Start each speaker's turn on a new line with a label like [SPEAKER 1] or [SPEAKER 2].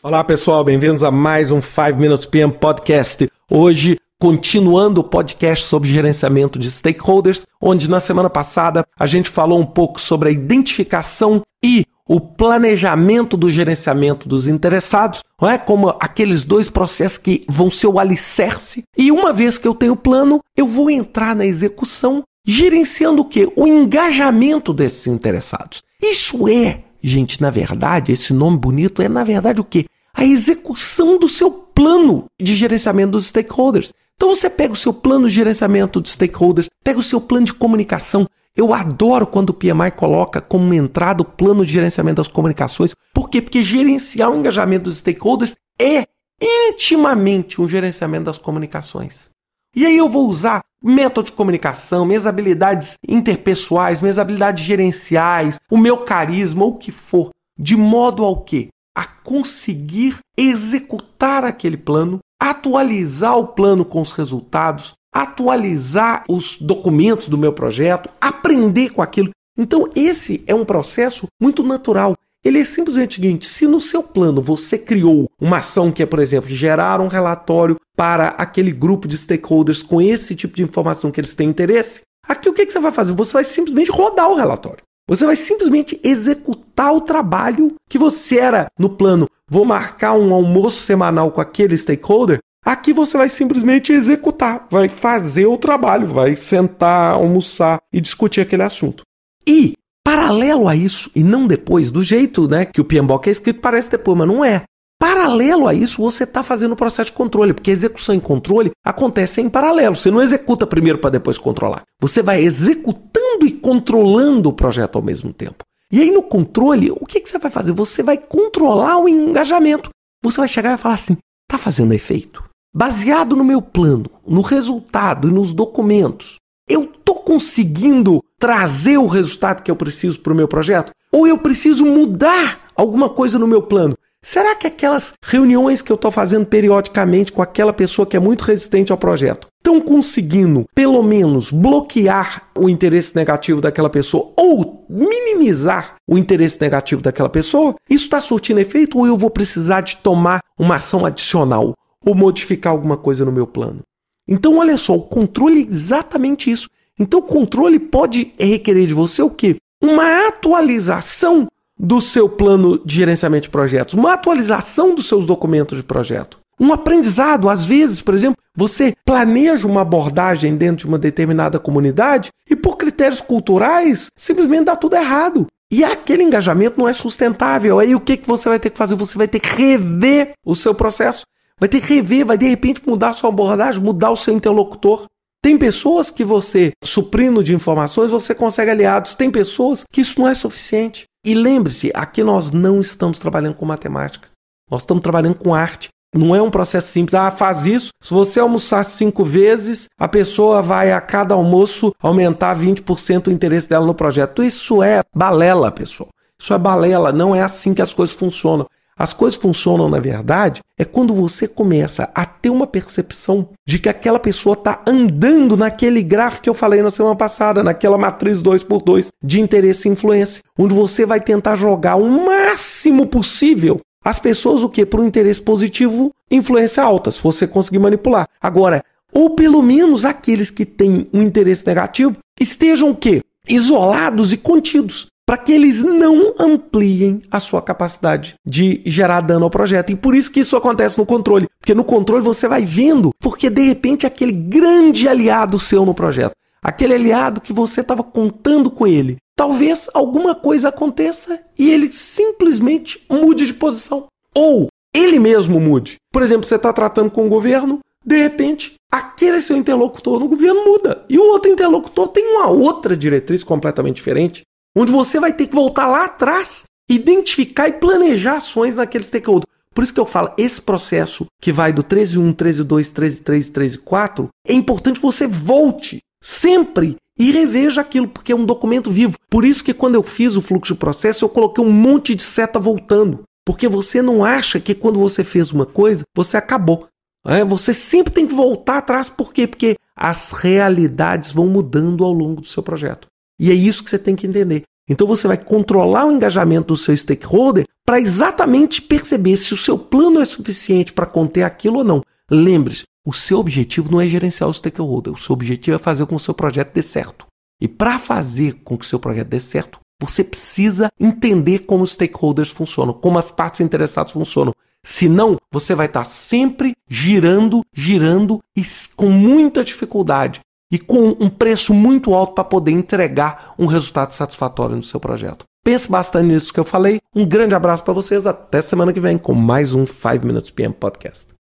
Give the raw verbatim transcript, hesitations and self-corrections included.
[SPEAKER 1] Olá pessoal, bem-vindos a mais um five minutes P M Podcast. Hoje, continuando o podcast sobre gerenciamento de stakeholders, onde na semana passada a gente falou um pouco sobre a identificação e o planejamento do gerenciamento dos interessados, não é? Como aqueles dois processos que vão ser o alicerce. E uma vez que eu tenho o plano, eu vou entrar na execução, gerenciando o quê? O engajamento desses interessados. Isso é, gente, na verdade, esse nome bonito é, na verdade, o quê? A execução do seu plano de gerenciamento dos stakeholders. Então você pega o seu plano de gerenciamento dos stakeholders, pega o seu plano de comunicação. Eu adoro quando o P M I coloca como entrada o plano de gerenciamento das comunicações. Por quê? Porque gerenciar o engajamento dos stakeholders é intimamente um gerenciamento das comunicações. E aí eu vou usar método de comunicação, minhas habilidades interpessoais, minhas habilidades gerenciais, o meu carisma, o que for, de modo ao quê? A conseguir executar aquele plano, atualizar o plano com os resultados, atualizar os documentos do meu projeto, aprender com aquilo. Então esse é um processo muito natural. Ele é simplesmente o seguinte: se no seu plano você criou uma ação que é, por exemplo, gerar um relatório para aquele grupo de stakeholders com esse tipo de informação que eles têm interesse, aqui o que você vai fazer? Você vai simplesmente rodar o relatório. Você vai simplesmente executar o trabalho que você era no plano. Vou marcar um almoço semanal com aquele stakeholder. Aqui você vai simplesmente executar, vai fazer o trabalho, vai sentar, almoçar e discutir aquele assunto. E, paralelo a isso, e não depois, do jeito, né, que o P M B O K é escrito, parece depois, mas não é. Paralelo a isso, você está fazendo o processo de controle, porque a execução e controle acontecem em paralelo. Você não executa primeiro para depois controlar. Você vai executando e controlando o projeto ao mesmo tempo. E aí no controle, o que, que você vai fazer? Você vai controlar o engajamento. Você vai chegar e falar assim: está fazendo efeito? Baseado no meu plano, no resultado e nos documentos, eu estou conseguindo trazer o resultado que eu preciso para o meu projeto? Ou eu preciso mudar alguma coisa no meu plano? Será que aquelas reuniões que eu estou fazendo periodicamente com aquela pessoa que é muito resistente ao projeto estão conseguindo, pelo menos, bloquear o interesse negativo daquela pessoa ou minimizar o interesse negativo daquela pessoa? Isso está surtindo efeito ou eu vou precisar de tomar uma ação adicional ou modificar alguma coisa no meu plano? Então, olha só, o controle é exatamente isso. Então, o controle pode requerer de você o quê? Uma atualização do seu plano de gerenciamento de projetos, uma atualização dos seus documentos de projeto, um aprendizado. Às vezes, por exemplo, você planeja uma abordagem dentro de uma determinada comunidade e por critérios culturais simplesmente dá tudo errado. E aquele engajamento não é sustentável. Aí o que, que você vai ter que fazer? Você vai ter que rever o seu processo, vai ter que rever, vai de repente mudar a sua abordagem, mudar o seu interlocutor. Tem pessoas que você, suprindo de informações, você consegue aliados. Tem pessoas que isso não é suficiente. E lembre-se, aqui nós não estamos trabalhando com matemática. Nós estamos trabalhando com arte. Não é um processo simples. Ah, faz isso. Se você almoçar cinco vezes, a pessoa vai a cada almoço aumentar vinte por cento o interesse dela no projeto. Isso é balela, pessoal. Isso é balela. Não é assim que as coisas funcionam. As coisas funcionam, na verdade, é quando você começa a ter uma percepção de que aquela pessoa está andando naquele gráfico que eu falei na semana passada, naquela matriz dois por dois de interesse e influência, onde você vai tentar jogar o máximo possível as pessoas o quê? Para um interesse positivo, influência alta, se você conseguir manipular. Agora, ou pelo menos aqueles que têm um interesse negativo estejam o quê? Isolados e contidos, para que eles não ampliem a sua capacidade de gerar dano ao projeto. E por isso que isso acontece no controle. Porque no controle você vai vendo, porque de repente aquele grande aliado seu no projeto, aquele aliado que você estava contando com ele, talvez alguma coisa aconteça e ele simplesmente mude de posição. Ou ele mesmo mude. Por exemplo, você está tratando com o governo, de repente, aquele seu interlocutor no governo muda. E o outro interlocutor tem uma outra diretriz completamente diferente, onde você vai ter que voltar lá atrás, identificar e planejar ações naquele stakeholder. Por isso que eu falo, esse processo que vai do treze ponto um, treze ponto dois, treze ponto três, treze ponto quatro, é importante que você volte sempre e reveja aquilo, porque é um documento vivo. Por isso que quando eu fiz o fluxo de processo, eu coloquei um monte de seta voltando. Porque você não acha que quando você fez uma coisa, você acabou. É, você sempre tem que voltar atrás. Por quê? Porque as realidades vão mudando ao longo do seu projeto. E é isso que você tem que entender. Então você vai controlar o engajamento do seu stakeholder para exatamente perceber se o seu plano é suficiente para conter aquilo ou não. Lembre-se, o seu objetivo não é gerenciar o stakeholder, o seu objetivo é fazer com que o seu projeto dê certo. E para fazer com que o seu projeto dê certo, você precisa entender como os stakeholders funcionam, como as partes interessadas funcionam. Senão, você vai estar sempre girando, girando e com muita dificuldade e com um preço muito alto para poder entregar um resultado satisfatório no seu projeto. Pense bastante nisso que eu falei. Um grande abraço para vocês. Até semana que vem com mais um five minutes P M Podcast.